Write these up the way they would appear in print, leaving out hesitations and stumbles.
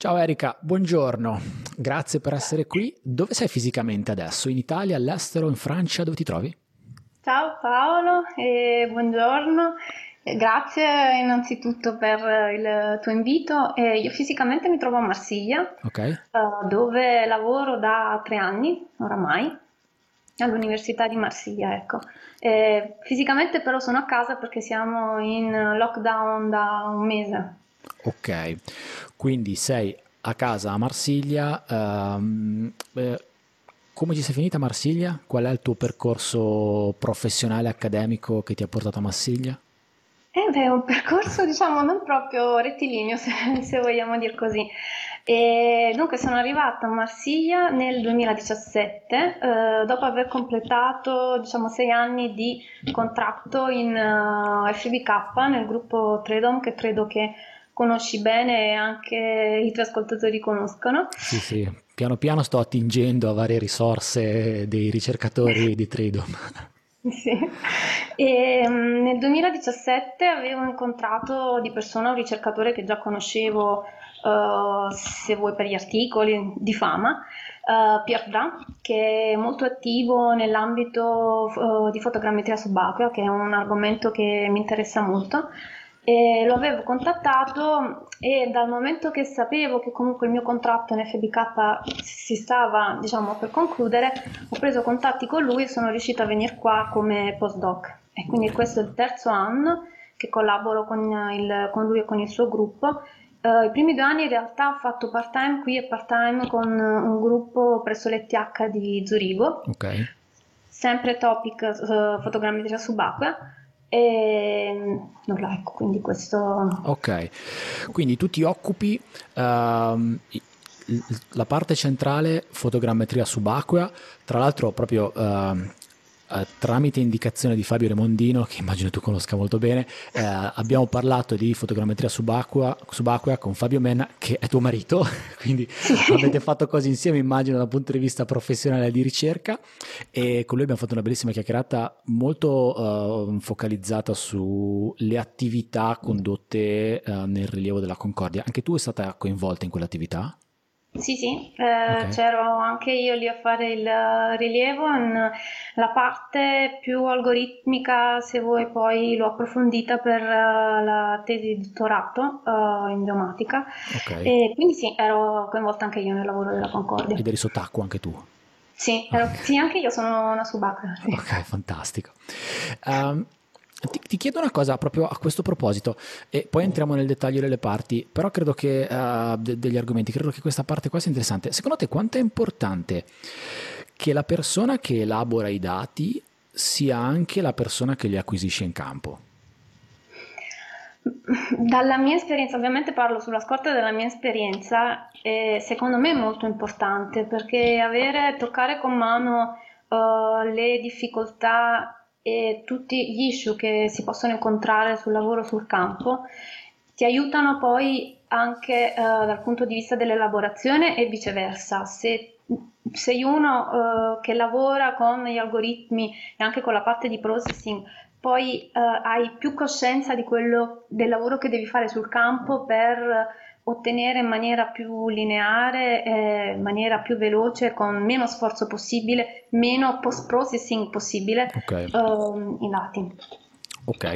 Ciao Erika, buongiorno, grazie per essere qui. Dove sei fisicamente adesso? In Italia, all'estero, in Francia? Dove ti trovi? Ciao Paolo e buongiorno. Grazie innanzitutto per il tuo invito. Io fisicamente mi trovo a Marsiglia, Ok, dove lavoro da 3 anni oramai, all'Università di Marsiglia, ecco. Fisicamente però sono a casa perché siamo in lockdown da un mese. ok. Quindi sei a casa a Marsiglia. Come ci sei finita a Marsiglia? Qual è il tuo percorso professionale accademico che ti ha portato a Marsiglia? Beh, è un percorso, diciamo, non proprio rettilineo, se vogliamo dir così. E dunque sono arrivata a Marsiglia nel 2017, dopo aver completato, diciamo, 6 anni di contratto in FBK nel gruppo Tredom, che credo che conosci bene e anche i tuoi ascoltatori conoscono. Sì, sì, piano piano sto attingendo a varie risorse dei ricercatori di Tridom. Sì. E, nel 2017 avevo incontrato di persona un ricercatore che già conoscevo, se vuoi per gli articoli di fama, Pierre Bra, che è molto attivo nell'ambito, di fotogrammetria subacquea, che è un argomento che mi interessa molto. E lo avevo contattato e dal momento che sapevo che comunque il mio contratto in FBK si stava, diciamo, per concludere, ho preso contatti con lui e sono riuscita a venire qua come postdoc. E quindi questo è il terzo anno che collaboro con lui e con il suo gruppo. I primi 2 anni in realtà ho fatto part-time qui e part-time con un gruppo presso l'ETH di Zurigo, Ok. sempre topic fotogrammetria subacquea. E nulla, ecco, quindi questo. Ok, quindi tu ti occupi la parte centrale fotogrammetria subacquea, tra l'altro proprio tramite indicazione di Fabio Remondino, che immagino tu conosca molto bene, abbiamo parlato di fotogrammetria subacquea con Fabio Menna, che è tuo marito, quindi Sì. avete fatto cose insieme, immagino, dal punto di vista professionale e di ricerca, e con lui abbiamo fatto una bellissima chiacchierata molto focalizzata sulle attività condotte nel rilievo della Concordia. Anche tu sei stata coinvolta in quell'attività? Sì, sì, Ok. c'ero anche io lì a fare il rilievo, la parte più algoritmica, se vuoi, poi l'ho approfondita per la tesi di dottorato in geomatica Ok. e quindi sì, ero coinvolta anche io nel lavoro della Concordia. Ed eri sott'acqua anche tu? Sì, Ok. sì, anche io sono una subacquea, sì. Ok, fantastico. Ehm, ti chiedo una cosa proprio a questo proposito, e poi entriamo nel dettaglio delle parti, però credo che degli argomenti, credo che questa parte qua sia interessante. Secondo te quanto è importante che la persona che elabora i dati sia anche la persona che li acquisisce in campo? Dalla mia esperienza, ovviamente parlo sulla scorta della mia esperienza, secondo me è molto importante perché toccare con mano le difficoltà e tutti gli issue che si possono incontrare sul lavoro sul campo ti aiutano poi anche dal punto di vista dell'elaborazione e viceversa. Se sei uno che lavora con gli algoritmi e anche con la parte di processing, poi hai più coscienza di quello del lavoro che devi fare sul campo per ottenere in maniera più lineare, in maniera più veloce, con meno sforzo possibile, meno post-processing possibile, Ok. i dati. Ok,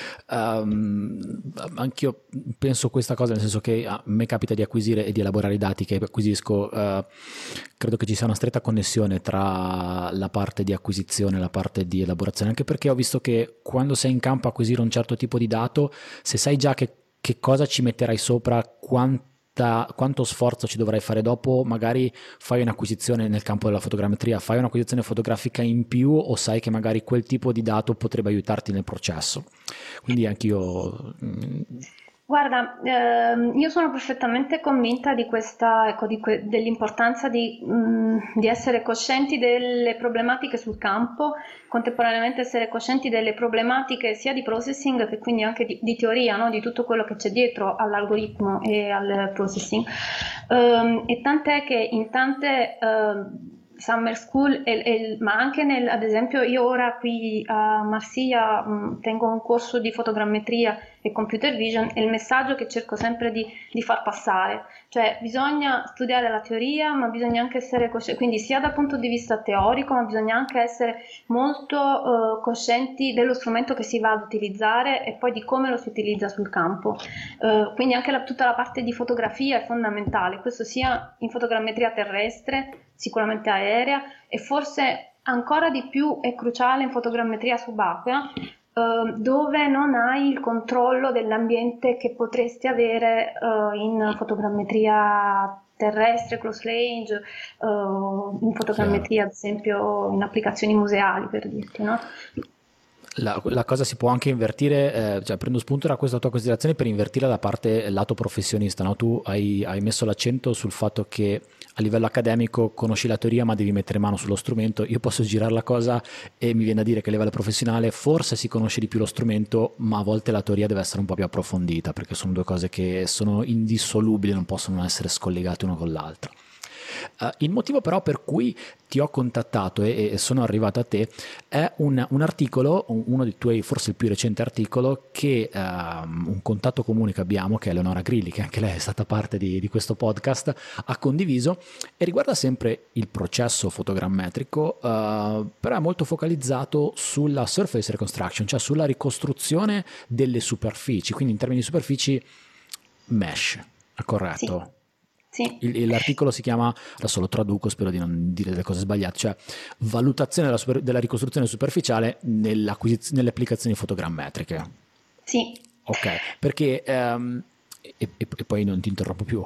anch'io penso questa cosa, nel senso che a me capita di acquisire e di elaborare i dati che acquisisco, credo che ci sia una stretta connessione tra la parte di acquisizione e la parte di elaborazione, anche perché ho visto che quando sei in campo a acquisire un certo tipo di dato, se sai già che cosa ci metterai sopra, quanto sforzo ci dovrai fare dopo, magari fai un'acquisizione nel campo della fotogrammetria, fai un'acquisizione fotografica in più o sai che magari quel tipo di dato potrebbe aiutarti nel processo. Quindi anch'io. Guarda, io sono perfettamente convinta di questa, ecco, dell'importanza di essere coscienti delle problematiche sul campo, contemporaneamente essere coscienti delle problematiche sia di processing che quindi anche di teoria, no? Di tutto quello che c'è dietro all'algoritmo e al processing. E tant'è che in tante summer school, ma anche ad esempio io ora qui a Marsiglia tengo un corso di fotogrammetria e computer vision è il messaggio che cerco sempre di far passare, cioè bisogna studiare la teoria, ma bisogna anche essere coscienti, quindi sia dal punto di vista teorico, ma bisogna anche essere molto coscienti dello strumento che si va ad utilizzare e poi di come lo si utilizza sul campo. Quindi anche tutta la parte di fotografia è fondamentale, questo sia in fotogrammetria terrestre, sicuramente aerea, e forse ancora di più è cruciale in fotogrammetria subacquea, dove non hai il controllo dell'ambiente che potresti avere in fotogrammetria terrestre, close range, in fotogrammetria ad esempio in applicazioni museali, per dirti, no? La cosa si può anche invertire, cioè prendo spunto da questa tua considerazione per invertirla da parte lato professionista, no? Tu hai messo l'accento sul fatto che a livello accademico conosci la teoria ma devi mettere mano sullo strumento. Io posso girare la cosa e mi viene da dire che a livello professionale forse si conosce di più lo strumento, ma a volte la teoria deve essere un po' più approfondita, perché sono due cose che sono indissolubili, non possono essere scollegate una con l'altra. Il motivo però per cui ti ho contattato e sono arrivato a te è un articolo, uno dei tuoi, forse il più recente articolo, che un contatto comune che abbiamo, che è Eleonora Grilli, che anche lei è stata parte di questo podcast, ha condiviso, e riguarda sempre il processo fotogrammetrico, però è molto focalizzato sulla surface reconstruction, cioè sulla ricostruzione delle superfici, quindi in termini di superfici mesh, è corretto? Sì. Sì. L'articolo si chiama, adesso lo traduco, spero di non dire delle cose sbagliate, cioè valutazione della ricostruzione superficiale nelle applicazioni fotogrammetriche. Sì. Ok, perché e poi non ti interrompo più.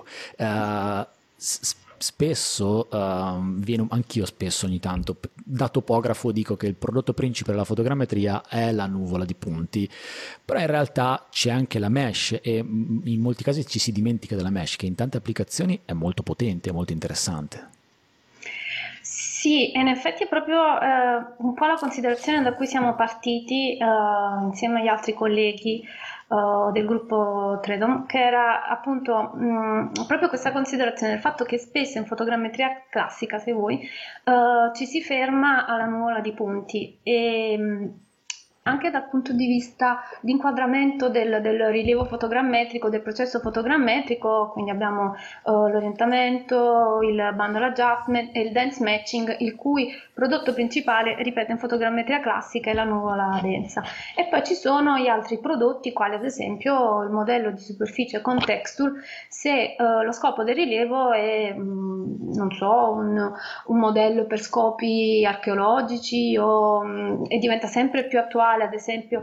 Spesso anch'io spesso ogni tanto da topografo dico che il prodotto principe della fotogrammetria è la nuvola di punti, però in realtà c'è anche la mesh e in molti casi ci si dimentica della mesh, che in tante applicazioni è molto potente, è molto interessante. Sì, e in effetti è proprio un po' la considerazione da cui siamo partiti insieme agli altri colleghi del gruppo Tredom, che era appunto proprio questa considerazione del fatto che spesso in fotogrammetria classica, se vuoi, ci si ferma alla nuvola di punti e anche dal punto di vista di inquadramento del rilievo fotogrammetrico, del processo fotogrammetrico, quindi abbiamo l'orientamento, il bundle adjustment e il dense matching, il cui prodotto principale, ripeto, in fotogrammetria classica è la nuvola densa. E poi ci sono gli altri prodotti, quali ad esempio il modello di superficie con texture, se lo scopo del rilievo è, non so, un modello per scopi archeologici e diventa sempre più attuale ad esempio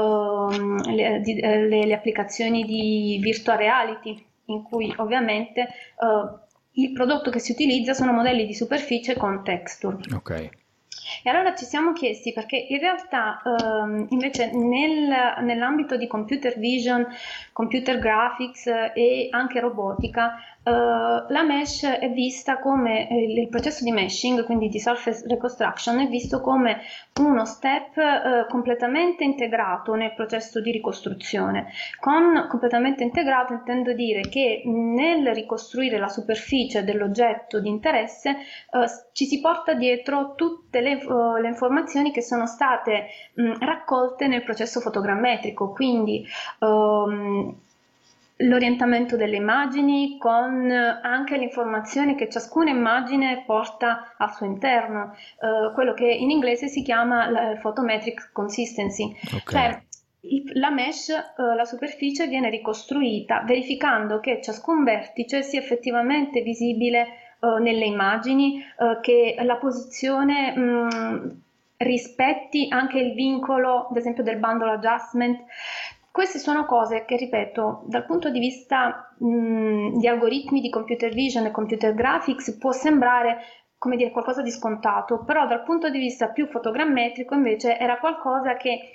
le applicazioni di virtual reality, in cui ovviamente il prodotto che si utilizza sono modelli di superficie con texture. Ok. E allora ci siamo chiesti, perché in realtà invece nell'ambito di computer vision, computer graphics e anche robotica, la mesh è vista come il processo di meshing, quindi di surface reconstruction, è visto come uno step completamente integrato nel processo di ricostruzione. Con completamente integrato intendo dire che nel ricostruire la superficie dell'oggetto di interesse ci si porta dietro tutte le informazioni che sono state raccolte nel processo fotogrammetrico, quindi l'orientamento delle immagini con anche le informazioni che ciascuna immagine porta al suo interno, quello che in inglese si chiama la photometric consistency. Okay. Cioè, la mesh, la superficie viene ricostruita verificando che ciascun vertice sia effettivamente visibile nelle immagini, che la posizione rispetti anche il vincolo, ad esempio, del bundle adjustment. Queste sono cose che, ripeto, dal punto di vista di algoritmi di computer vision e computer graphics può sembrare, come dire, qualcosa di scontato, però dal punto di vista più fotogrammetrico invece era qualcosa che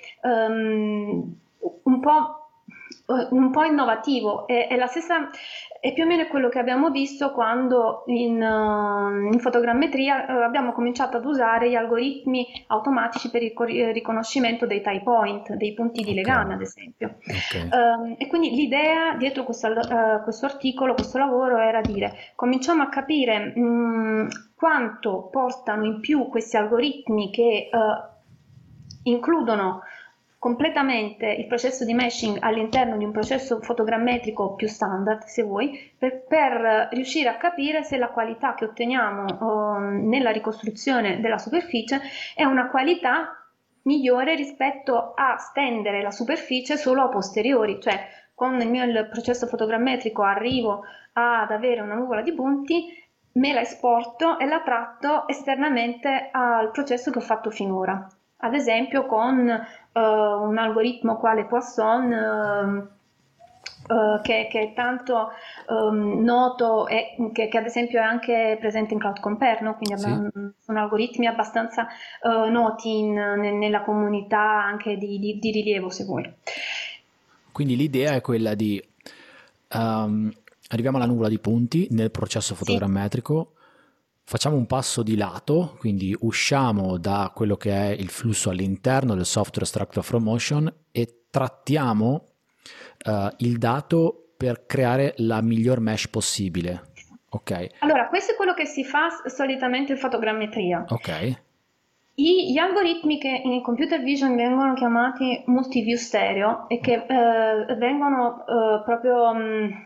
un po' innovativo, è la stessa, è più o meno quello che abbiamo visto quando in fotogrammetria abbiamo cominciato ad usare gli algoritmi automatici per il riconoscimento dei tie point, dei punti di legame ad esempio. E quindi l'idea dietro questo articolo, questo lavoro era dire: cominciamo a capire quanto portano in più questi algoritmi che includono completamente il processo di meshing all'interno di un processo fotogrammetrico più standard, se vuoi, per riuscire a capire se la qualità che otteniamo nella ricostruzione della superficie è una qualità migliore rispetto a stendere la superficie solo a posteriori, cioè con il processo fotogrammetrico arrivo ad avere una nuvola di punti, me la esporto e la tratto esternamente al processo che ho fatto finora. Ad esempio con un algoritmo quale Poisson, che è tanto noto e che ad esempio è anche presente in Cloud Compare, no? Quindi Sì. sono algoritmi abbastanza noti nella comunità anche di rilievo, se vuoi. Quindi l'idea è quella di arriviamo alla nuvola di punti nel processo Sì. fotogrammetrico, facciamo un passo di lato, quindi usciamo da quello che è il flusso all'interno del software Structure from Motion e trattiamo il dato per creare la miglior mesh possibile. Ok, Allora, questo è quello che si fa solitamente in fotogrammetria. ok, Gli algoritmi che in computer vision vengono chiamati multiview stereo e che vengono proprio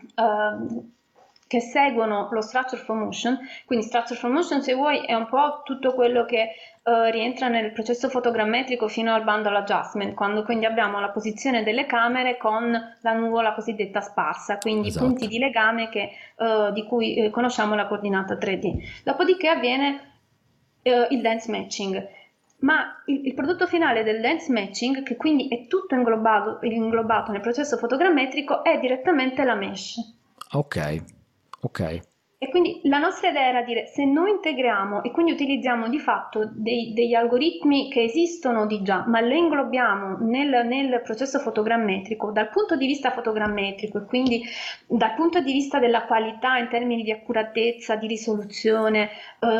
che seguono lo structure for motion, quindi structure for motion se vuoi è un po' tutto quello che rientra nel processo fotogrammetrico fino al bundle adjustment, quando quindi abbiamo la posizione delle camere con la nuvola cosiddetta sparsa, quindi esatto. punti di legame di cui conosciamo la coordinata 3D. Dopodiché avviene il dance matching. Ma il prodotto finale del dance matching, che quindi è tutto inglobato nel processo fotogrammetrico, è direttamente la mesh. Ok, ok, E quindi la nostra idea era dire, se noi integriamo e quindi utilizziamo di fatto degli algoritmi che esistono di già, ma le inglobiamo nel processo fotogrammetrico, dal punto di vista fotogrammetrico e quindi dal punto di vista della qualità in termini di accuratezza, di risoluzione,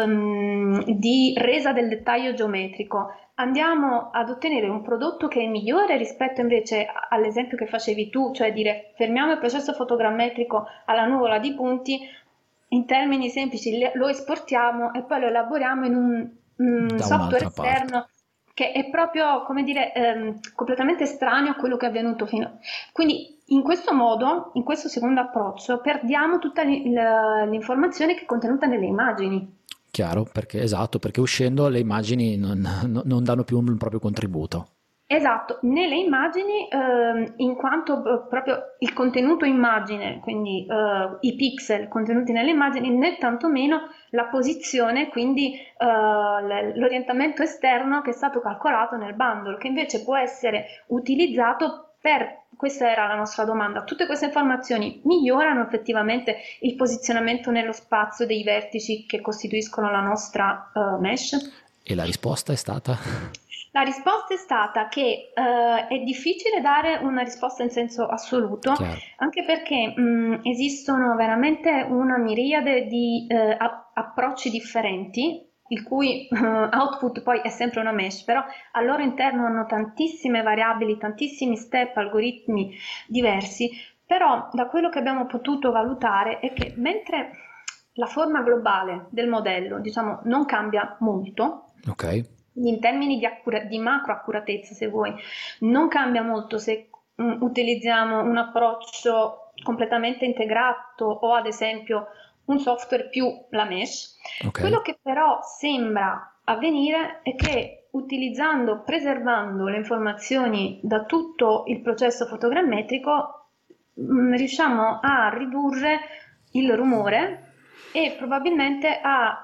di resa del dettaglio geometrico, andiamo ad ottenere un prodotto che è migliore rispetto invece all'esempio che facevi tu, cioè dire fermiamo il processo fotogrammetrico alla nuvola di punti, in termini semplici lo esportiamo e poi lo elaboriamo in un da software un'altra parte. esterno che è proprio, come dire, completamente estraneo a quello che è avvenuto fino. Quindi in questo modo, in questo secondo approccio, perdiamo tutta l'informazione che è contenuta nelle immagini. Chiaro, perché esatto, perché uscendo le immagini non danno più un proprio contributo. Esatto, nelle immagini, in quanto proprio il contenuto immagine, quindi i pixel contenuti nelle immagini, né tantomeno la posizione, quindi l'orientamento esterno che è stato calcolato nel bundle, che invece può essere utilizzato per, questa era la nostra domanda, tutte queste informazioni migliorano effettivamente il posizionamento nello spazio dei vertici che costituiscono la nostra mesh? E la risposta è stata? La risposta è stata che è difficile dare una risposta in senso assoluto, Chiaro. anche perché esistono veramente una miriade di approcci differenti, il cui output poi è sempre una mesh, però al loro interno hanno tantissime variabili, tantissimi step, algoritmi diversi, però da quello che abbiamo potuto valutare è che mentre la forma globale del modello, diciamo, non cambia molto, Ok, in termini di macro accuratezza, se vuoi, non cambia molto se utilizziamo un approccio completamente integrato o ad esempio un software più la mesh. ok, Quello che però sembra avvenire è che utilizzando, preservando le informazioni da tutto il processo fotogrammetrico, riusciamo a ridurre il rumore e probabilmente a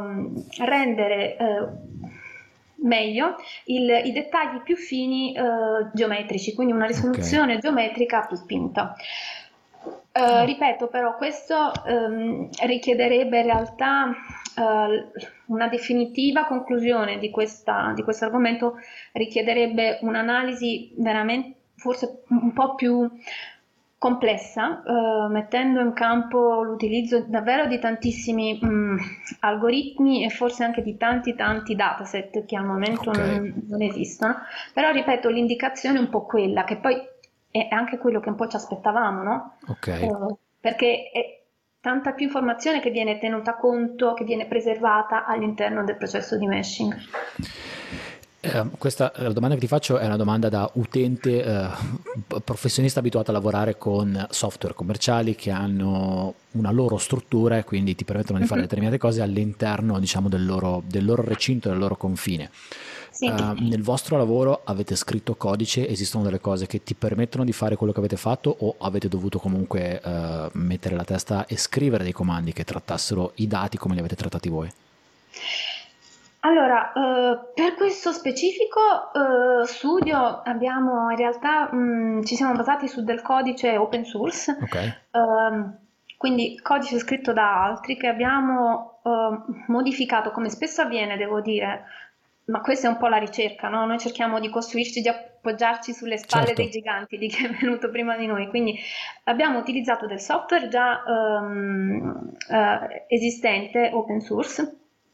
rendere meglio i dettagli più fini geometrici, quindi una ok. risoluzione geometrica più spinta. Ripeto però, questo richiederebbe in realtà una definitiva conclusione di questo argomento, richiederebbe un'analisi veramente forse un po' più complessa, mettendo in campo l'utilizzo davvero di tantissimi algoritmi e forse anche di tanti dataset che al momento Ok, non esistono, però ripeto, l'indicazione è un po' quella, che poi è anche quello che un po' ci aspettavamo, no? ok. Perché è tanta più informazione che viene tenuta conto, che viene preservata all'interno del processo di meshing. Questa la domanda che ti faccio è una domanda da utente professionista abituato a lavorare con software commerciali che hanno una loro struttura e quindi ti permettono di fare Mhm. determinate cose all'interno, diciamo, del loro recinto, del loro confine. Sì. Nel vostro lavoro avete scritto codice, esistono delle cose che ti permettono di fare quello che avete fatto o avete dovuto comunque mettere la testa e scrivere dei comandi che trattassero i dati come li avete trattati voi? Allora, per questo specifico studio abbiamo in realtà ci siamo basati su del codice open source, Ok, quindi codice scritto da altri che abbiamo modificato come spesso avviene, devo dire, ma questa è un po' la ricerca, no? Noi cerchiamo di costruirci, di appoggiarci sulle spalle dei certo. giganti, di chi è venuto prima di noi, quindi abbiamo utilizzato del software già esistente, open source,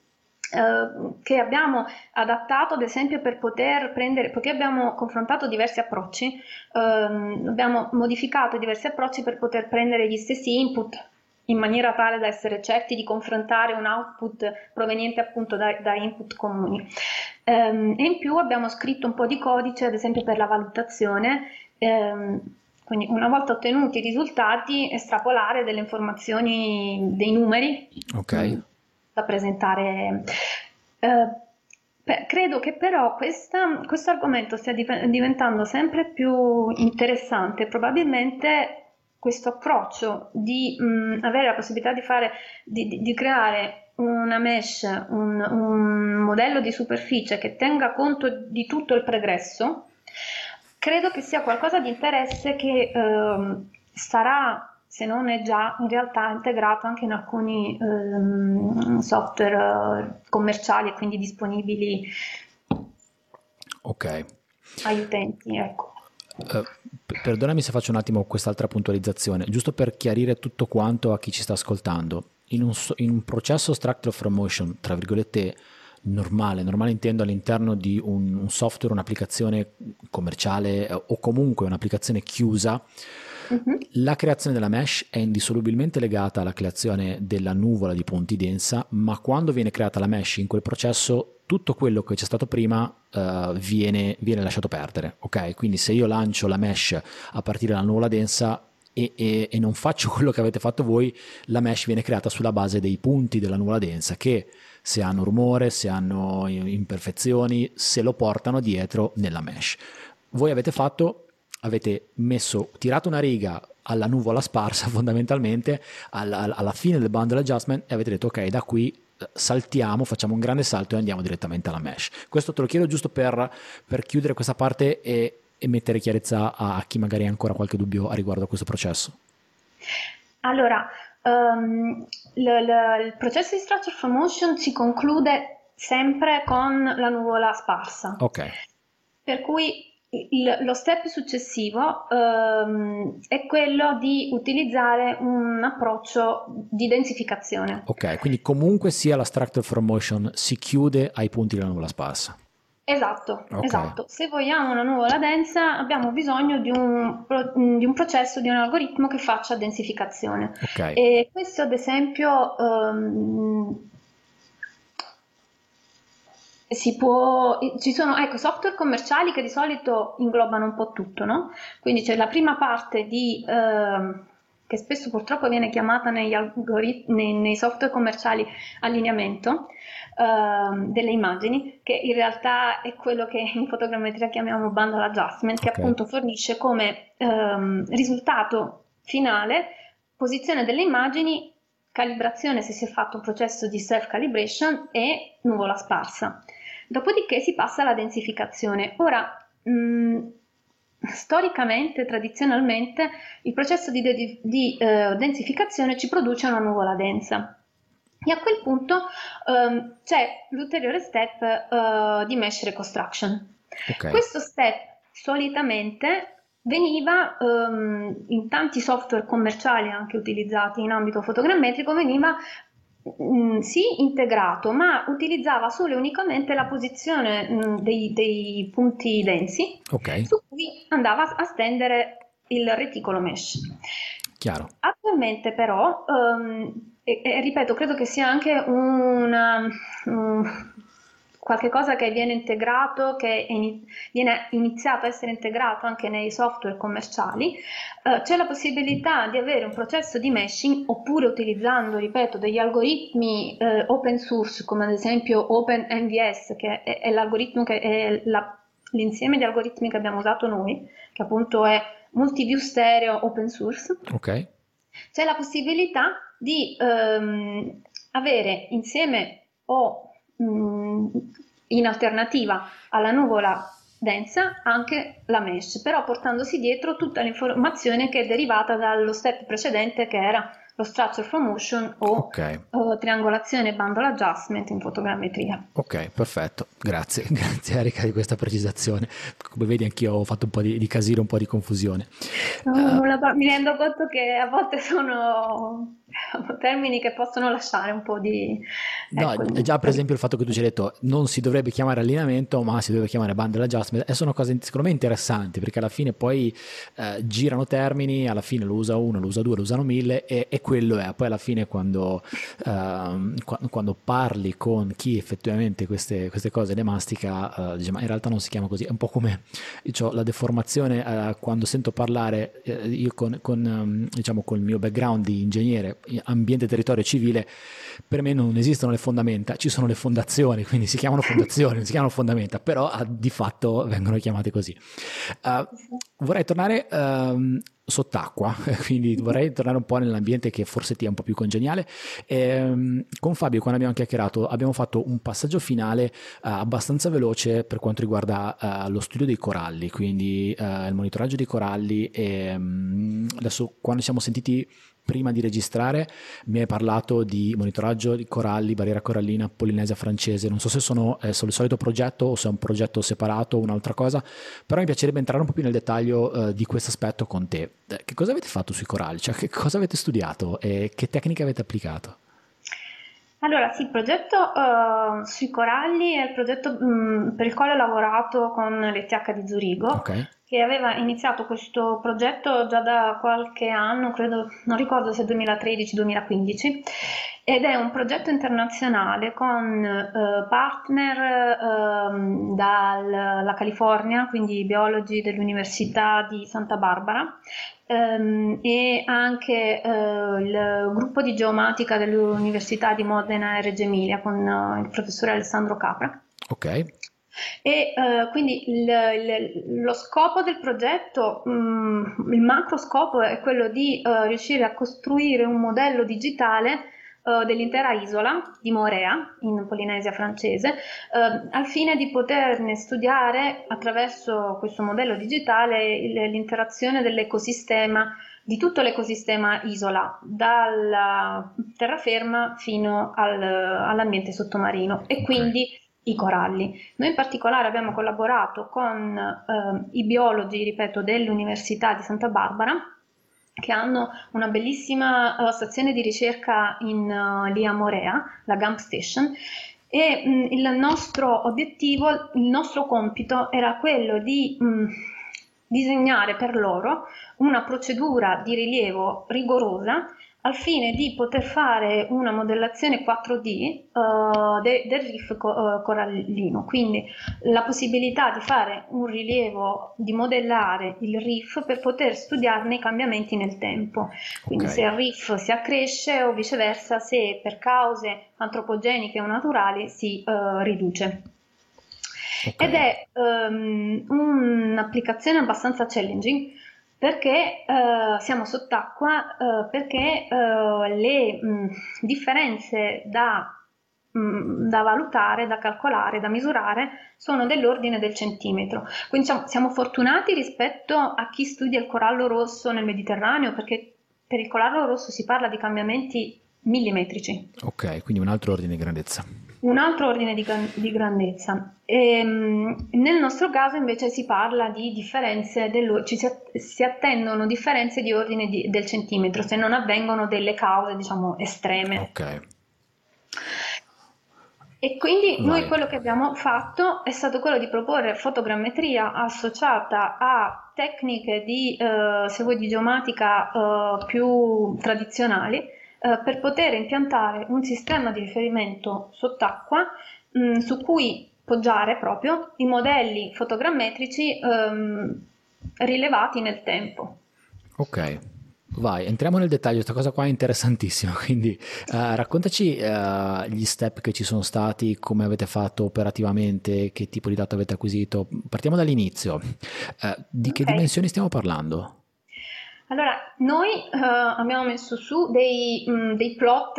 che abbiamo adattato ad esempio per poter prendere, poiché abbiamo confrontato diversi approcci, abbiamo modificato diversi approcci per poter prendere gli stessi input in maniera tale da essere certi di confrontare un output proveniente appunto da input comuni. E in più abbiamo scritto un po' di codice, ad esempio per la valutazione, quindi una volta ottenuti i risultati, estrapolare delle informazioni, dei numeri Ok, da presentare. Eh, credo che però questo argomento stia diventando sempre più interessante. Probabilmente questo approccio di avere la possibilità di fare, di creare una mesh, un modello di superficie che tenga conto di tutto il pregresso, credo che sia qualcosa di interesse che sarà, se non è già, in realtà integrato anche in alcuni software commerciali e quindi disponibili ok. agli utenti, ecco. Perdonami se faccio un attimo quest'altra puntualizzazione, giusto per chiarire tutto quanto a chi ci sta ascoltando. In un processo structure from motion, tra virgolette, normale intendo all'interno di un software, un'applicazione commerciale o comunque un'applicazione chiusa, Mhm. la creazione della mesh è indissolubilmente legata alla creazione della nuvola di punti densa, ma quando viene creata la mesh in quel processo tutto quello che c'è stato prima viene lasciato perdere, ok? Quindi se io lancio la mesh a partire dalla nuvola densa e non faccio quello che avete fatto voi, la mesh viene creata sulla base dei punti della nuvola densa che se hanno rumore, se hanno imperfezioni, se lo portano dietro nella mesh. Voi avete tirato una riga alla nuvola sparsa fondamentalmente alla fine del bundle adjustment e avete detto ok, da qui saltiamo, facciamo un grande salto e andiamo direttamente alla mesh. Questo te lo chiedo giusto per chiudere questa parte e mettere chiarezza a chi magari ha ancora qualche dubbio a riguardo a questo processo. Allora, il processo di structure from motion si conclude sempre con la nuvola sparsa, Ok, per cui lo step successivo è quello di utilizzare un approccio di densificazione. ok, quindi comunque sia la structure from motion si chiude ai punti della nuvola sparsa. Esatto, Ok, esatto. Se vogliamo una nuvola densa abbiamo bisogno di un processo, di un algoritmo che faccia densificazione. ok, E questo ad esempio ci sono ecco, software commerciali che di solito inglobano un po' tutto, no? Quindi c'è la prima parte che spesso purtroppo viene chiamata nei software commerciali allineamento delle immagini, che in realtà è quello che in fotogrammetria chiamiamo bundle adjustment, che ok, appunto fornisce come risultato finale posizione delle immagini, calibrazione se si è fatto un processo di self-calibration e nuvola sparsa. Dopodiché si passa alla densificazione. Ora, storicamente, tradizionalmente, il processo di densificazione ci produce una nuvola densa. E a quel punto c'è l'ulteriore step di mesh reconstruction. ok, Questo step solitamente veniva in tanti software commerciali anche utilizzati in ambito fotogrammetrico, veniva sì integrato, ma utilizzava solo e unicamente la posizione dei punti densi ok, su cui andava a stendere il reticolo mesh. chiaro. Attualmente però, ripeto, credo che sia anche qualche cosa che viene integrato, viene iniziato a essere integrato anche nei software commerciali, c'è la possibilità di avere un processo di meshing oppure utilizzando, ripeto, degli algoritmi open source come ad esempio OpenMVS, che è l'algoritmo che è l'insieme di algoritmi che abbiamo usato noi, che appunto è Multiview Stereo Open Source. Ok. C'è la possibilità di avere insieme o in alternativa alla nuvola densa anche la mesh, però portandosi dietro tutta l'informazione che è derivata dallo step precedente, che era lo structure from motion o triangolazione bundle adjustment in fotogrammetria. Ok, perfetto, grazie, grazie Erika di questa precisazione. Come vedi anch'io ho fatto un po' di casino, un po' di confusione. Mi rendo conto che a volte sono termini che possono lasciare un po' di... No, ecco, già per esempio il fatto che tu ci hai detto non si dovrebbe chiamare allineamento, ma si deve chiamare bundle adjustment, e sono cose secondo me interessanti, perché alla fine poi girano termini, alla fine lo usa uno, lo usa due, lo usano mille, e quello è. Poi alla fine quando parli con chi effettivamente queste cose le mastica, dice, ma in realtà non si chiama così. È un po' come io ho la deformazione quando sento parlare, io diciamo col mio background di ingegnere, ambiente, territorio civile, per me non esistono le fondamenta, ci sono le fondazioni, quindi si chiamano fondazioni, non si chiamano fondamenta, però di fatto vengono chiamate così. Vorrei tornare sott'acqua, quindi vorrei tornare un po' nell'ambiente che forse ti è un po' più congeniale. Con Fabio, quando abbiamo chiacchierato, abbiamo fatto un passaggio finale abbastanza veloce per quanto riguarda lo studio dei coralli, quindi il monitoraggio dei coralli. E adesso, quando siamo sentiti prima di registrare, mi hai parlato di monitoraggio di coralli, barriera corallina, Polinesia francese. Non so se sono il solito progetto o se è un progetto separato o un'altra cosa, però mi piacerebbe entrare un po' più nel dettaglio di questo aspetto con te. Che cosa avete fatto sui coralli? Cioè, che cosa avete studiato e che tecniche avete applicato? Allora, sì, il progetto sui coralli è il progetto per il quale ho lavorato con l'ETH di Zurigo, Ok, che aveva iniziato questo progetto già da qualche anno, credo, non ricordo se 2013-2015, ed è un progetto internazionale con partner dalla California, quindi biologi dell'Università di Santa Barbara, e anche il gruppo di geomatica dell'Università di Modena e Reggio Emilia con il professore Alessandro Capra. ok, E quindi lo scopo del progetto, il macro scopo è quello di riuscire a costruire un modello digitale dell'intera isola di Moorea, in Polinesia francese, al fine di poterne studiare attraverso questo modello digitale l'interazione dell'ecosistema, di tutto l'ecosistema isola, dalla terraferma fino all'ambiente sottomarino, e ok, quindi i coralli. Noi in particolare abbiamo collaborato con i biologi, ripeto, dell'Università di Santa Barbara, che hanno una bellissima stazione di ricerca lì a Moorea, la Gump Station, e il nostro obiettivo, il nostro compito era quello di disegnare per loro una procedura di rilievo rigorosa al fine di poter fare una modellazione 4D del reef corallino, quindi la possibilità di fare un rilievo, di modellare il reef per poter studiarne i cambiamenti nel tempo, quindi se il reef si accresce o viceversa, se per cause antropogeniche o naturali si riduce. ok. Ed è un'applicazione abbastanza challenging, perché siamo sott'acqua, perché le differenze da valutare, da calcolare, da misurare sono dell'ordine del centimetro. Quindi siamo fortunati rispetto a chi studia il corallo rosso nel Mediterraneo, perché per il corallo rosso si parla di cambiamenti millimetrici. Ok, quindi un altro ordine di grandezza. Un altro ordine di grandezza. Nel nostro caso invece si parla di differenze, si attendono differenze di ordine del centimetro, se non avvengono delle cause, diciamo, estreme. Ok, E quindi noi vai. quello che abbiamo fatto è stato quello di proporre fotogrammetria associata a tecniche se vuoi, di geomatica più tradizionali, per poter impiantare un sistema di riferimento sott'acqua su cui poggiare proprio i modelli fotogrammetrici rilevati nel tempo. Ok, vai, entriamo nel dettaglio, questa cosa qua è interessantissima, quindi raccontaci gli step che ci sono stati, come avete fatto operativamente, che tipo di dati avete acquisito. Partiamo dall'inizio. Di che Ok. dimensioni stiamo parlando? Allora, noi abbiamo messo su dei plot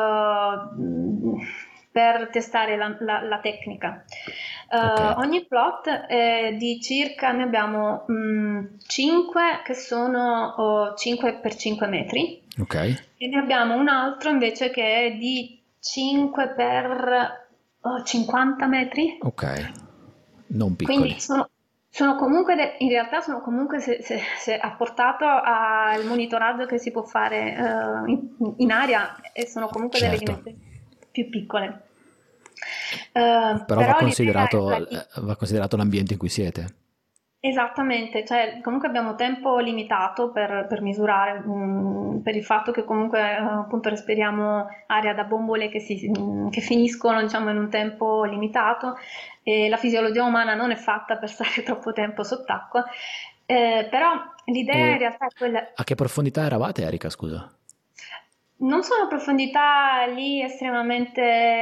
per testare la tecnica. Ok, Ogni plot è di circa, ne abbiamo 5 che sono 5 per 5 metri ok, e ne abbiamo un altro invece che è di 5 per 50 metri. ok, non Quindi piccoli. sono comunque, in realtà sono comunque se apportato al monitoraggio che si può fare in aria e sono comunque delle Certo, dimensioni più piccole. però Però l'idea è quella di. va considerato l'ambiente in cui siete. Esattamente, cioè comunque abbiamo tempo limitato per misurare, per il fatto che comunque appunto respiriamo aria da bombole che finiscono diciamo in un tempo limitato e la fisiologia umana non è fatta per stare troppo tempo sott'acqua, però l'idea in E realtà è quella. a che profondità eravate, Erika, scusa? Non sono profondità lì estremamente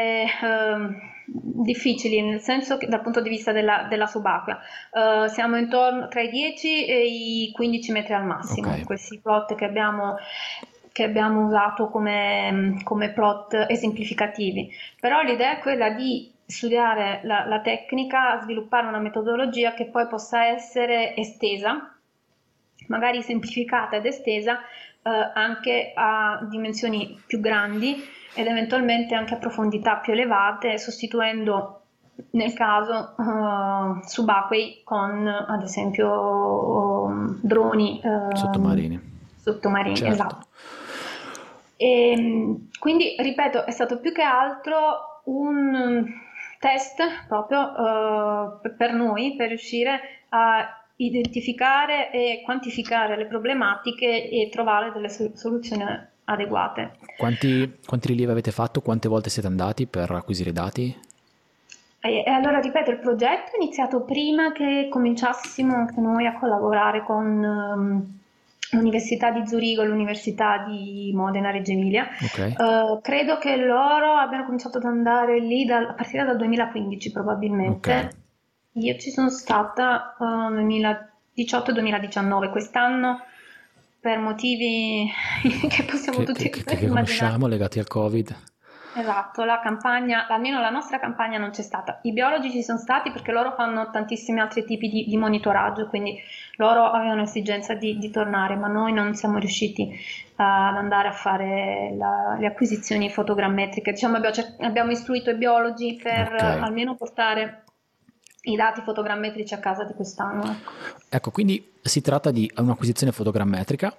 difficili, nel senso che dal punto di vista della subacquea. Siamo intorno tra i 10 e i 15 metri al Ok, massimo, questi plot che abbiamo usato come plot esemplificativi. Però l'idea è quella di studiare la tecnica, sviluppare una metodologia che poi possa essere estesa, magari semplificata ed estesa anche a dimensioni più grandi ed eventualmente anche a profondità più elevate, sostituendo nel caso subacquei con ad esempio droni sottomarini. sottomarini. Certo. Esatto. Quindi, ripeto, è stato più che altro un test proprio per noi, per riuscire a identificare e quantificare le problematiche e trovare delle soluzioni adeguate. Quanti rilievi avete fatto? Quante volte siete andati per acquisire i dati? E allora, ripeto, il progetto è iniziato prima che cominciassimo anche noi a collaborare con l'Università di Zurigo e l'Università di Modena Reggio Emilia. Ok, Credo che loro abbiano cominciato ad andare lì a partire dal 2015 ok. probabilmente. Io ci sono stata nel 2018-2019, quest'anno per motivi che possiamo tutti Che immaginare. conosciamo legati al Covid. Esatto, la campagna, almeno la nostra campagna non c'è stata. I biologi ci sono stati perché loro fanno tantissimi altri tipi di monitoraggio, quindi loro avevano esigenza di tornare, ma noi non siamo riusciti ad andare a fare le acquisizioni fotogrammetriche. Diciamo, abbiamo istruito i biologi per Ok. almeno portare i dati fotogrammetrici a casa di quest'anno, ecco. Ecco, quindi si tratta di un'acquisizione fotogrammetrica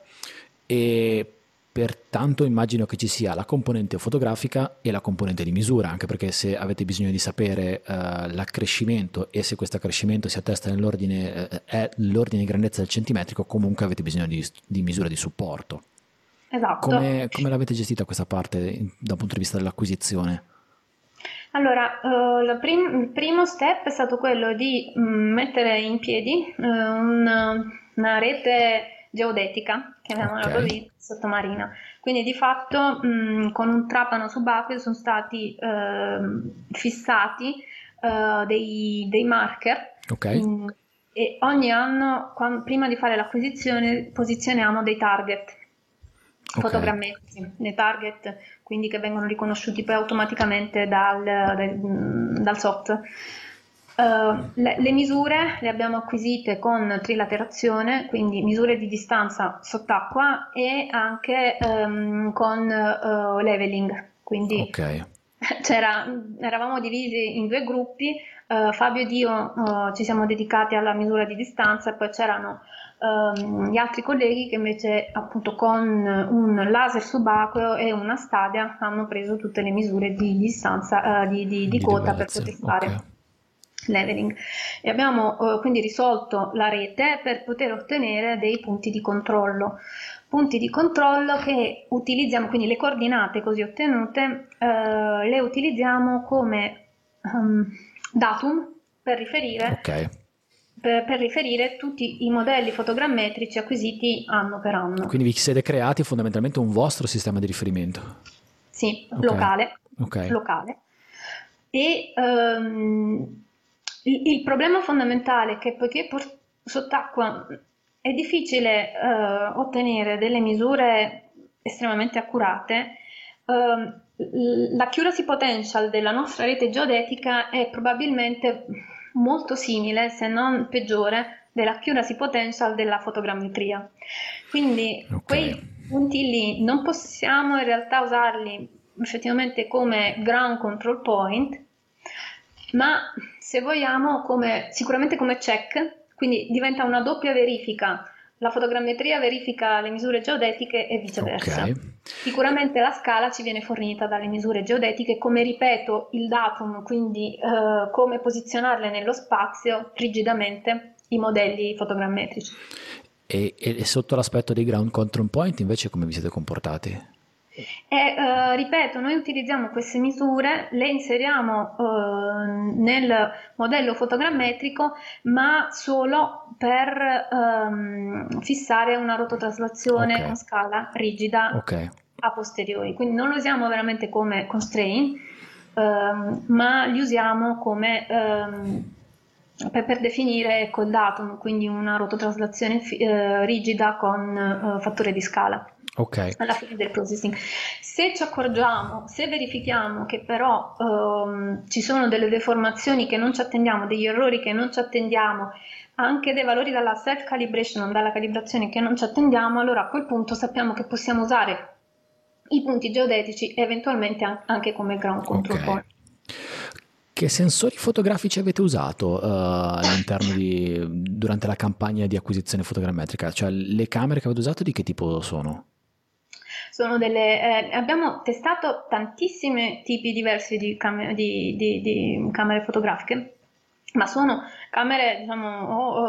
e pertanto immagino che ci sia la componente fotografica e la componente di misura, anche perché se avete bisogno di sapere l'accrescimento e se questo accrescimento si attesta nell'ordine, è l'ordine di grandezza del centimetrico, comunque avete bisogno di misura di supporto. Esatto. Come l'avete gestita questa parte dal punto di vista dell'acquisizione? Allora, il primo step è stato quello di mettere in piedi una rete geodetica, chiamiamola Ok, così, sottomarina. Quindi di fatto con un trapano subacqueo sono stati fissati dei marker ok, mm, e ogni anno, prima di fare l'acquisizione, posizioniamo dei target ok. fotogrammetrici, dei target quindi che vengono riconosciuti poi automaticamente dal software. Le misure le abbiamo acquisite con trilaterazione, quindi misure di distanza sott'acqua e anche con leveling, quindi Ok, eravamo divisi in due gruppi, Fabio ed io ci siamo dedicati alla misura di distanza e poi c'erano gli altri colleghi che invece appunto con un laser subacqueo e una stadia hanno preso tutte le misure di distanza, di di quota per develezze, poter ok. fare leveling e abbiamo quindi risolto la rete per poter ottenere dei punti di controllo che utilizziamo, quindi le coordinate così ottenute le utilizziamo come datum per riferire, Ok. per riferire tutti i modelli fotogrammetrici acquisiti anno per anno. Quindi vi siete creati fondamentalmente un vostro sistema di riferimento. Sì, Ok, locale, ok, locale. E il problema fondamentale è che poiché sott'acqua è difficile ottenere delle misure estremamente accurate, l'accuracy potential della nostra rete geodetica è probabilmente molto simile, se non peggiore, dell'accuracy potential della fotogrammetria. Quindi ok. quei punti lì non possiamo in realtà usarli effettivamente come ground control point, ma se vogliamo sicuramente come check, quindi diventa una doppia verifica. La fotogrammetria verifica le misure geodetiche e Ok, viceversa. Sicuramente la scala ci viene fornita dalle misure geodetiche, come ripeto il datum, quindi come posizionarle nello spazio rigidamente i modelli fotogrammetrici. e sotto l'aspetto dei ground control point invece come vi siete comportati? Ripeto, noi utilizziamo queste misure, le inseriamo nel modello fotogrammetrico, ma solo per fissare una Ok, rototraslazione con scala rigida ok, a posteriori. Quindi non lo usiamo veramente come constraint, ma li usiamo come per definire ecco, il datum, quindi una rototraslazione rigida con fattore di scala ok. alla fine del processing. Se ci accorgiamo, se verifichiamo che però ci sono delle deformazioni che non ci attendiamo, degli errori che non ci attendiamo, anche dei valori dalla self calibration, dalla calibrazione che non ci attendiamo, allora a quel punto sappiamo che possiamo usare i punti geodetici eventualmente anche come ground control Ok. point. Che sensori fotografici avete usato durante la campagna di acquisizione fotogrammetrica? Cioè le camere che avete usato di che tipo sono? Abbiamo testato tantissimi tipi diversi di camere fotografiche, ma sono camere, diciamo,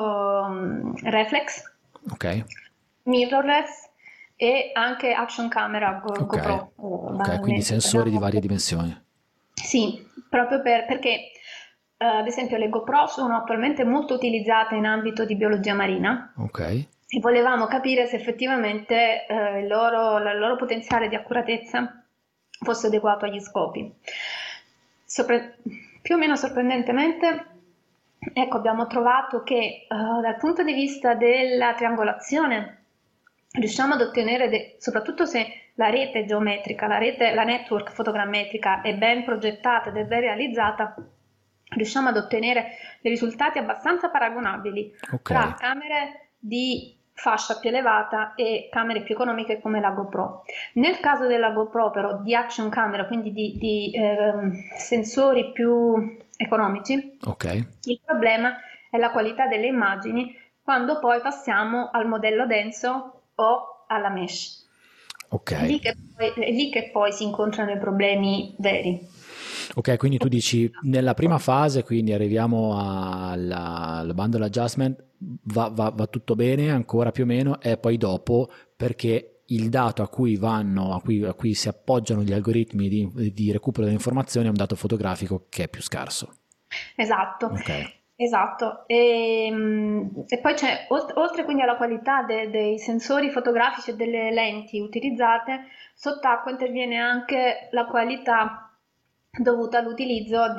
reflex, Ok, mirrorless e anche action camera ok, GoPro, ok, quindi banalmente. sensori di varie dimensioni. Sì, proprio perché ad esempio le GoPro sono attualmente molto utilizzate in ambito di biologia marina Ok, e volevamo capire se effettivamente il loro potenziale di accuratezza fosse adeguato agli scopi. Sopra- Più o meno sorprendentemente, ecco, abbiamo trovato che dal punto di vista della triangolazione riusciamo ad ottenere, soprattutto se la rete geometrica, la network fotogrammetrica è ben progettata ed è ben realizzata, riusciamo ad ottenere dei risultati abbastanza paragonabili ok, tra camere di fascia più elevata e camere più economiche come la GoPro. Nel caso della GoPro però di action camera, quindi di sensori più economici, ok, il problema è la qualità delle immagini quando poi passiamo al modello denso o alla mesh. ok. È lì che poi si incontrano i problemi veri. Ok, quindi tu dici nella prima fase, quindi arriviamo al bundle adjustment, va tutto bene, ancora più o meno, e poi dopo perché il dato a cui vanno, a cui si appoggiano gli algoritmi di recupero delle informazioni è un dato fotografico che è più scarso. Esatto, Ok, esatto. E poi c'è, oltre quindi alla qualità dei sensori fotografici e delle lenti utilizzate, sott'acqua interviene anche la qualità dovuta all'utilizzo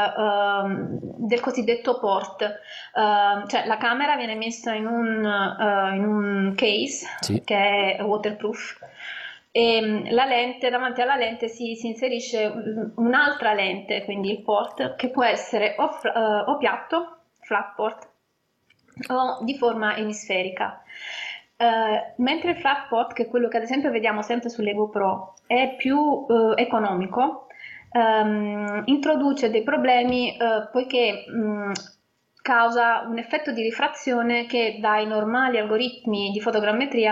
del cosiddetto port. Cioè la camera viene messa in un case sì, che è waterproof e la lente, davanti alla lente si inserisce un'altra lente, quindi il port, che può essere o piatto, flat port, o di forma emisferica. Mentre il flat port, che è quello che ad esempio vediamo sempre sulle GoPro, è più economico, introduce dei problemi poiché causa un effetto di rifrazione che dai normali algoritmi di fotogrammetria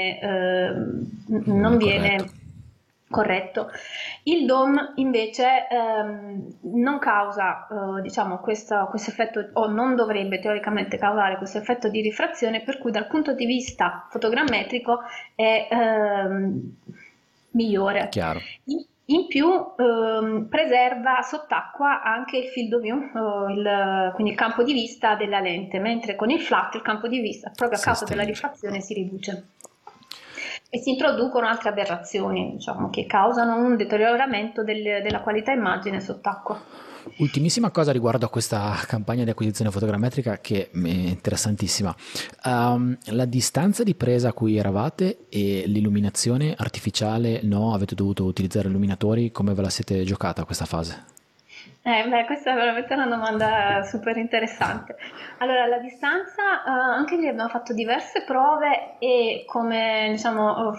non non è corretto. viene corretto. Il DOM invece non causa diciamo, questo effetto, o non dovrebbe teoricamente causare questo effetto di rifrazione, per cui dal punto di vista fotogrammetrico è migliore. Chiaro. In più preserva sott'acqua anche il field of view, quindi il campo di vista della lente, mentre con il flat il campo di vista, proprio a Si causa della stringe. rifrazione, si riduce. E si introducono altre aberrazioni, diciamo, che causano un deterioramento della qualità immagine sott'acqua. Ultimissima cosa riguardo a questa campagna di acquisizione fotogrammetrica che è interessantissima. La distanza di presa a cui eravate e l'illuminazione artificiale, no? Avete dovuto utilizzare illuminatori? Come ve la siete giocata questa fase? Questa è veramente una domanda super interessante. Allora, la distanza, anche lì abbiamo fatto diverse prove e come, diciamo,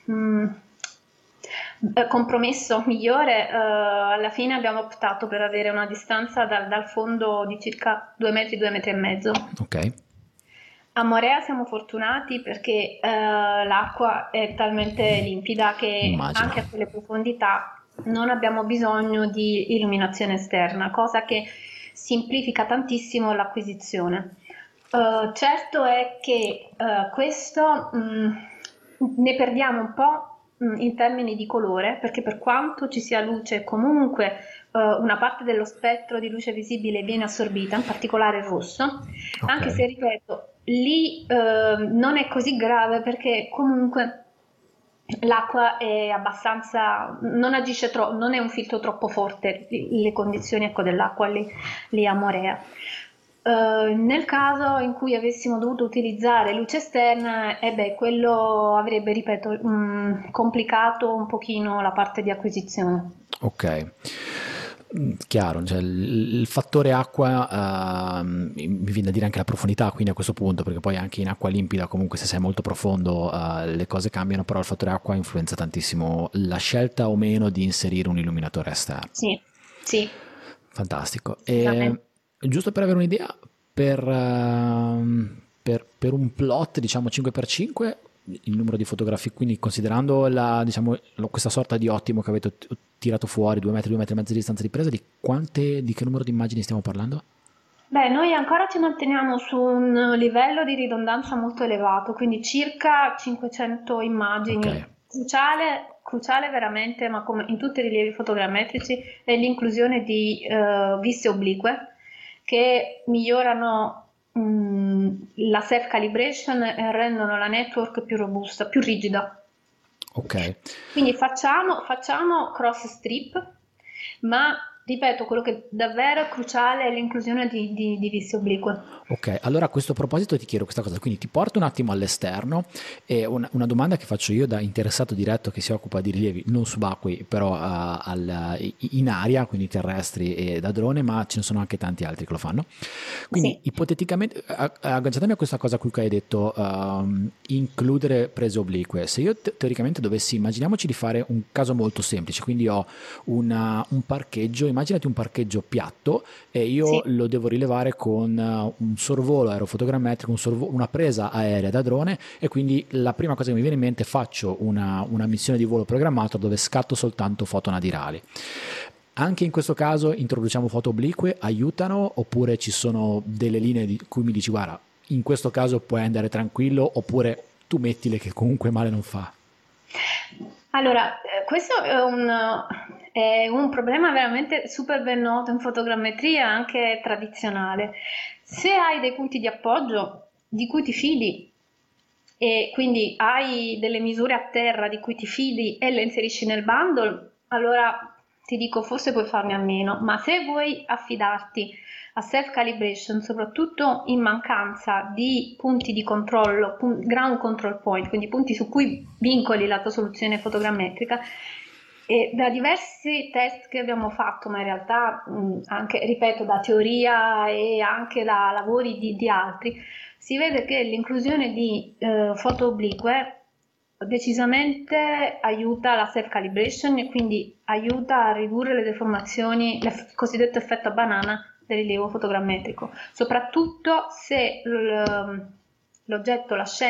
compromesso migliore, alla fine abbiamo optato per avere una distanza dal fondo di circa 2 metri, 2 metri e mezzo. Ok, A Morea siamo fortunati perché l'acqua è talmente limpida che immagino. anche a quelle profondità non abbiamo bisogno di illuminazione esterna, cosa che semplifica tantissimo l'acquisizione. Certo è che questo ne perdiamo un po' in termini di colore, perché per quanto ci sia luce, comunque una parte dello spettro di luce visibile viene assorbita, in particolare il rosso, Ok, anche se ripeto, lì non è così grave perché comunque l'acqua è abbastanza, non agisce troppo, non è un filtro troppo forte, le condizioni ecco, dell'acqua lì a Morea. Nel caso in cui avessimo dovuto utilizzare luce esterna, quello avrebbe, ripeto, complicato un pochino la parte di acquisizione. ok. Chiaro, cioè il fattore acqua, mi viene da dire anche la profondità, quindi a questo punto, perché poi anche in acqua limpida, comunque se sei molto profondo, le cose cambiano, però il fattore acqua influenza tantissimo la scelta o meno di inserire un illuminatore esterno. Sì, sì, Fantastico. E, assolutamente. giusto per avere un'idea, per un plot, diciamo 5x5, il numero di fotografi, quindi considerando diciamo, questa sorta di ottimo che avete tirato fuori, 2 metri, 2 metri e mezzo di distanza di presa, di che numero di immagini stiamo parlando? Beh, noi ancora ci manteniamo su un livello di ridondanza molto elevato, quindi circa 500 Ok, immagini. Cruciale veramente, ma come in tutti i rilievi fotogrammetrici, è l'inclusione di viste oblique che migliorano la self-calibration e rendono la network più robusta, più rigida. ok. Quindi facciamo cross strip, ma ripeto, quello che è davvero cruciale è l'inclusione di viste oblique. Ok, allora a questo proposito ti chiedo questa cosa, quindi ti porto un attimo all'esterno e una domanda che faccio io da interessato diretto che si occupa di rilievi non subacquei, però in aria, quindi terrestri e da drone, ma ce ne sono anche tanti altri che lo fanno. Quindi Sì, ipoteticamente, agganciatemi a questa cosa qui che hai detto, includere prese oblique, se io teoricamente dovessi, immaginiamoci di fare un caso molto semplice, quindi ho un parcheggio, immaginati un parcheggio piatto e io sì. lo devo rilevare con un sorvolo aerofotogrammetrico, una presa aerea da drone e quindi la prima cosa che mi viene in mente faccio una missione di volo programmato dove scatto soltanto foto nadirali. Anche in questo caso introduciamo foto oblique, aiutano oppure ci sono delle linee di cui mi dici guarda, in questo caso puoi andare tranquillo oppure tu mettile che comunque male non fa. Allora, questo è un problema veramente super ben noto in fotogrammetria, anche tradizionale. Se hai dei punti di appoggio di cui ti fidi e quindi hai delle misure a terra di cui ti fidi e le inserisci nel bundle, allora ti dico forse puoi farne a meno, ma se vuoi affidarti a self-calibration, soprattutto in mancanza di punti di controllo, ground control point, quindi punti su cui vincoli la tua soluzione fotogrammetrica. E da diversi test che abbiamo fatto, ma in realtà anche, ripeto, da teoria e anche da lavori di altri, si vede che l'inclusione di foto oblique decisamente aiuta la self-calibration e quindi aiuta a ridurre le deformazioni, il cosiddetto effetto a banana del rilievo fotogrammetrico, soprattutto se l'oggetto, la scena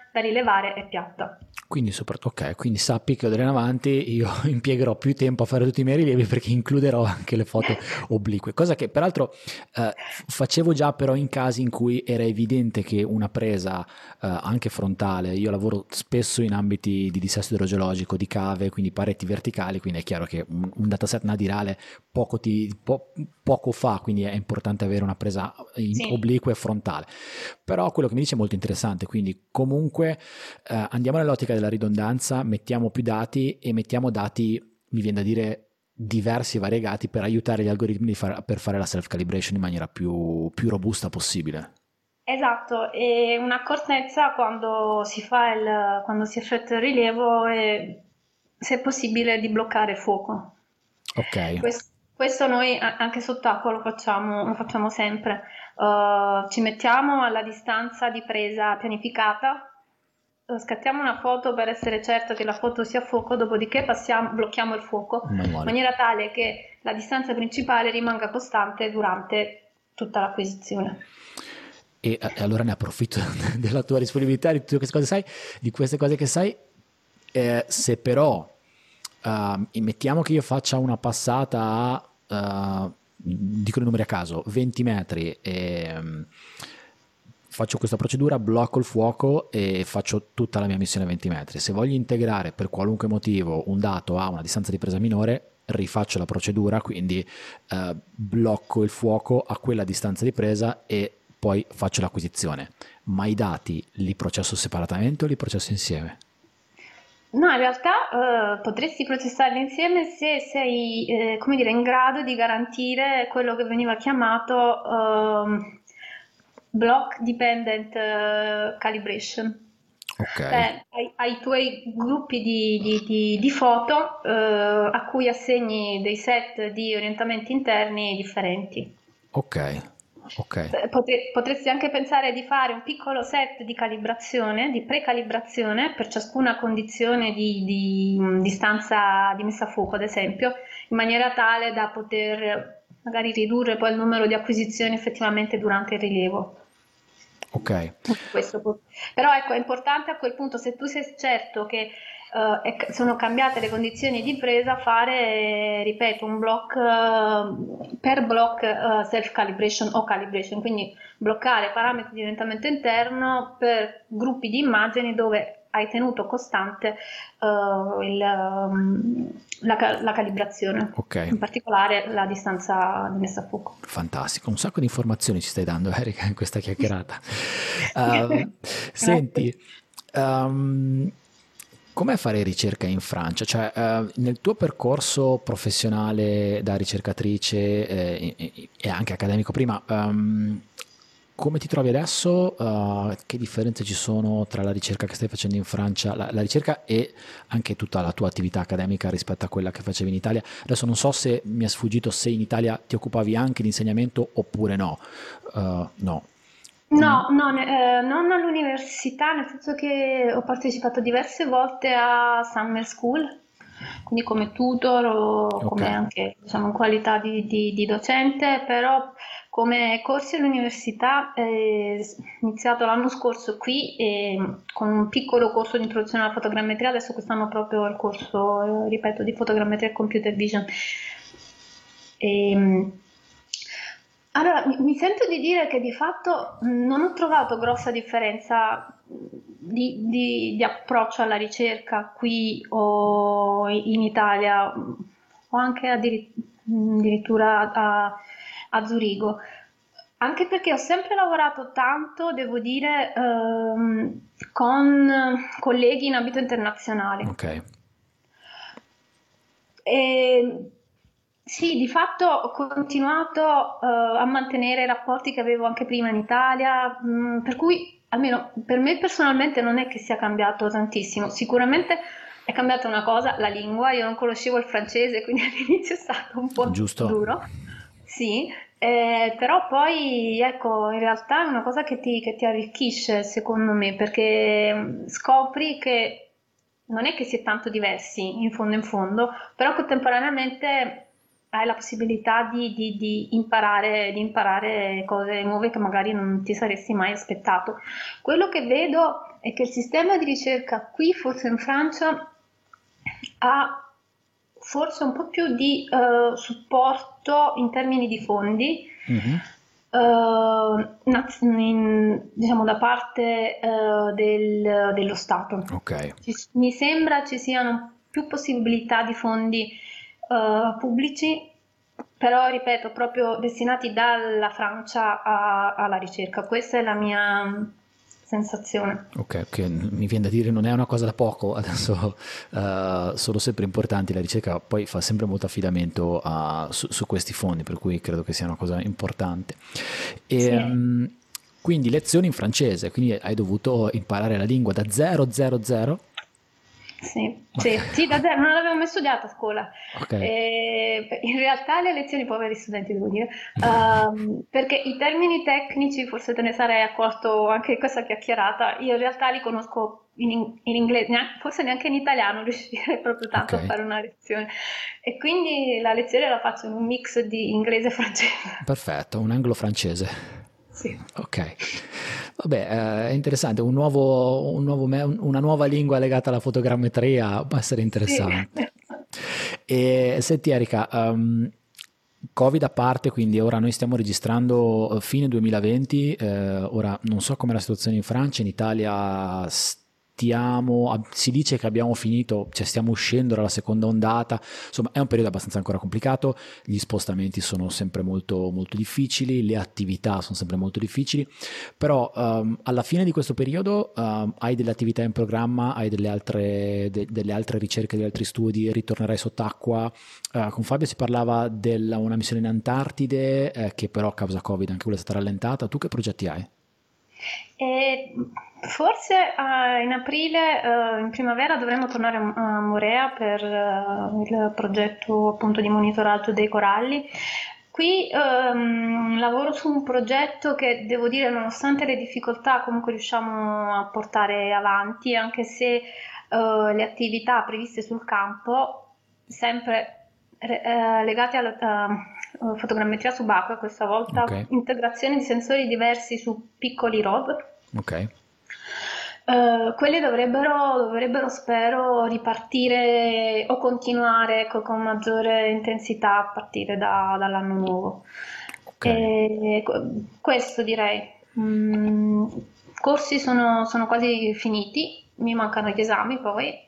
da rilevare è piatta. Quindi, ok, quindi sappi che d'ora in avanti io impiegherò più tempo a fare tutti i miei rilievi perché includerò anche le foto oblique, cosa che peraltro facevo già però in casi in cui era evidente che una presa anche frontale, io lavoro spesso in ambiti di dissesto idrogeologico, di cave, quindi pareti verticali, quindi è chiaro che un dataset nadirale poco fa, quindi è importante avere una presa Sì. obliqua e frontale. Però quello che mi dice è molto interessante, quindi comunque andiamo nell'ottica della ridondanza, mettiamo più dati e mettiamo dati, mi viene da dire, diversi e variegati per aiutare gli algoritmi per fare la self-calibration in maniera più robusta possibile. Esatto, e un'accortezza quando si effettua il rilievo è, se è possibile, di bloccare il fuoco. Ok, Questo noi anche sott'acqua lo facciamo sempre. Ci mettiamo alla distanza di presa pianificata, scattiamo una foto per essere certo che la foto sia a fuoco, dopodiché blocchiamo il fuoco in manuale. maniera tale che la distanza principale rimanga costante durante tutta l'acquisizione. E allora ne approfitto della tua disponibilità, di tutte queste cose sai, di queste cose che sai, se però mettiamo che io faccia una passata a, dico i numeri a caso, 20 metri e faccio questa procedura, blocco il fuoco e faccio tutta la mia missione a 20 metri. Se voglio integrare per qualunque motivo un dato a una distanza di presa minore, rifaccio la procedura, quindi blocco il fuoco a quella distanza di presa e poi faccio l'acquisizione. Ma i dati li processo separatamente o li processo insieme? No, in realtà potresti processarli insieme se sei, come dire, in grado di garantire quello che veniva chiamato block dependent calibration. Ok, Cioè, hai i tuoi gruppi di foto a cui assegni dei set di orientamenti interni differenti. ok, ok, Potresti anche pensare di fare un piccolo set di calibrazione, di precalibrazione per ciascuna condizione di distanza di messa a fuoco, ad esempio, in maniera tale da poter magari ridurre poi il numero di acquisizioni effettivamente durante il rilievo. ok. Però ecco, è importante a quel punto, se tu sei certo che sono cambiate le condizioni di presa, fare, ripeto, un block per block self-calibration o calibration, quindi bloccare parametri di orientamento interno per gruppi di immagini dove hai tenuto costante la calibrazione, Ok, in particolare la distanza di messa a fuoco. fantastico, un sacco di informazioni ci stai dando, Erika, in questa chiacchierata. Grazie. Senti, um, com'è fare ricerca in Francia? Cioè, nel tuo percorso professionale da ricercatrice e anche accademico prima, come ti trovi adesso? Che differenze ci sono tra la ricerca che stai facendo in Francia, la ricerca e anche tutta la tua attività accademica rispetto a quella che facevi in Italia? Adesso non so se mi è sfuggito se in Italia ti occupavi anche di insegnamento oppure no. No. No, no, non all'università, nel senso che ho partecipato diverse volte a Summer School, quindi come tutor o Ok, come anche diciamo, in qualità di docente, però come corsi all'università ho iniziato l'anno scorso qui con un piccolo corso di introduzione alla fotogrammetria, adesso quest'anno proprio il corso, ripeto, di fotogrammetria e computer vision. E, allora, mi sento di dire che di fatto non ho trovato grossa differenza di approccio alla ricerca qui o in Italia o anche addirittura a Zurigo. Anche perché ho sempre lavorato tanto, devo dire, con colleghi in ambito internazionale. ok, E, sì, di fatto ho continuato a mantenere i rapporti che avevo anche prima in Italia, per cui almeno per me personalmente non è che sia cambiato tantissimo. Sicuramente è cambiata una cosa, la lingua, io non conoscevo il francese, quindi all'inizio è stato un po' giusto. duro, sì, però poi ecco, in realtà è una cosa che ti arricchisce secondo me, perché scopri che non è che si è tanto diversi in fondo, però contemporaneamente hai la possibilità di imparare cose nuove che magari non ti saresti mai aspettato. Quello che vedo è che il sistema di ricerca qui, forse in Francia, ha forse un po' più di supporto in termini di fondi, diciamo da parte dello Stato. Ok. Mi sembra ci siano più possibilità di fondi pubblici, però ripeto, proprio destinati dalla Francia alla ricerca. Questa è la mia sensazione. Ok, mi viene da dire non è una cosa da poco, adesso sono sempre importanti, la ricerca poi fa sempre molto affidamento su questi fondi, per cui credo che sia una cosa importante. E, Sì. quindi lezioni in francese, quindi hai dovuto imparare la lingua da 000? Sì, da zero, non l'avevo mai studiata a scuola. Ok. In realtà le lezioni, poveri studenti, devo dire, perché i termini tecnici, forse te ne sarei accorto anche in questa chiacchierata, io in realtà li conosco in inglese, forse neanche in italiano riuscirei proprio tanto a Ok, fare una lezione. E quindi la lezione la faccio in un mix di inglese e francese. perfetto, un anglo-francese. Sì. Ok, vabbè, è interessante, una nuova lingua legata alla fotogrammetria può essere Sì. interessante. E senti Erika, Covid a parte, quindi ora noi stiamo registrando fine 2020, ora non so com'è la situazione in Francia, in Italia si dice che abbiamo finito, cioè stiamo uscendo dalla seconda ondata, insomma è un periodo abbastanza ancora complicato, gli spostamenti sono sempre molto, molto difficili, le attività sono sempre molto difficili, però alla fine di questo periodo hai delle attività in programma, hai delle altre ricerche, degli altri studi, ritornerai sott'acqua. Con Fabio si parlava di una missione in Antartide che però a causa Covid anche quella è stata rallentata. Tu che progetti hai? E forse in aprile, in primavera, dovremmo tornare a Morea per il progetto appunto di monitoraggio dei coralli. Qui lavoro su un progetto che devo dire, nonostante le difficoltà, comunque riusciamo a portare avanti, anche se le attività previste sul campo, sempre legate alla fotogrammetria subacquea, questa Ok, volta integrazione di sensori diversi su piccoli ROV. ok. Quelli dovrebbero, spero, ripartire o continuare con maggiore intensità a partire dall'anno nuovo. Ok. Questo direi. Corsi sono quasi finiti, mi mancano gli esami poi.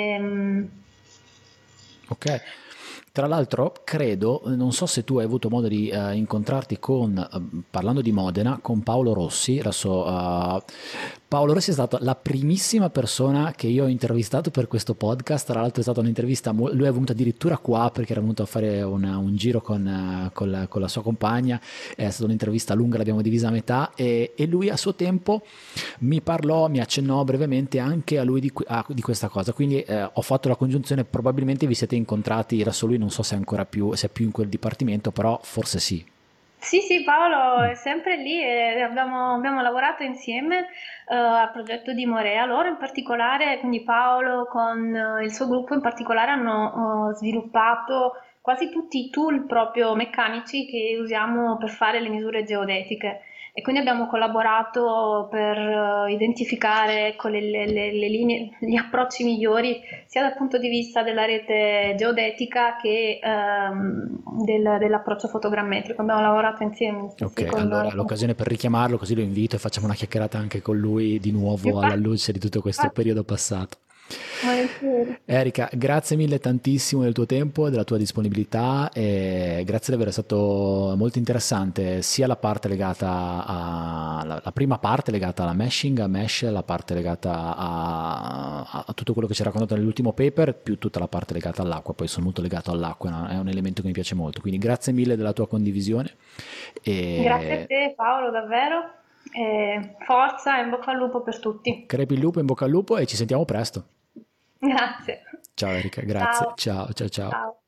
Ok. Tra l'altro, credo, non so se tu hai avuto modo di incontrarti con, parlando di Modena, con Paolo Rossi. Adesso, Paolo Rossi è stata la primissima persona che io ho intervistato per questo podcast. Tra l'altro è stata un'intervista, lui è venuto addirittura qua perché era venuto a fare un giro con la sua compagna. È stata un'intervista lunga, l'abbiamo divisa a metà e lui a suo tempo mi accennò brevemente anche a lui di questa cosa, quindi ho fatto la congiunzione, probabilmente vi siete incontrati, adesso lui non so se è ancora più, se è più in quel dipartimento, però forse sì. Sì, sì, Paolo Mm. è sempre lì e abbiamo lavorato insieme al progetto di Morea. Loro in particolare, quindi Paolo con il suo gruppo in particolare hanno sviluppato quasi tutti i tool proprio meccanici che usiamo per fare le misure geodetiche. E quindi abbiamo collaborato per identificare ecco, le linee, gli approcci migliori sia dal punto di vista della rete geodetica che dell'approccio fotogrammetrico. Abbiamo lavorato insieme, sì, sì, Ok, allora l'occasione per richiamarlo, così lo invito e facciamo una chiacchierata anche con lui di nuovo alla infatti, luce di tutto questo infatti, periodo passato. volentieri. Erika, grazie mille tantissimo del tuo tempo e della tua disponibilità e grazie di aver stato molto interessante sia la parte legata la prima parte legata alla meshing, a mesh, la parte legata a tutto quello che ci hai raccontato nell'ultimo paper, più tutta la parte legata all'acqua, poi sono molto legato all'acqua, no? È un elemento che mi piace molto, quindi grazie mille della tua condivisione Grazie a e te Paolo, davvero. Forza e in bocca al lupo per tutti. crepi il lupo, in bocca al lupo e ci sentiamo presto. Grazie. Ciao Erika, grazie, Ciao. ciao ciao ciao. Ciao.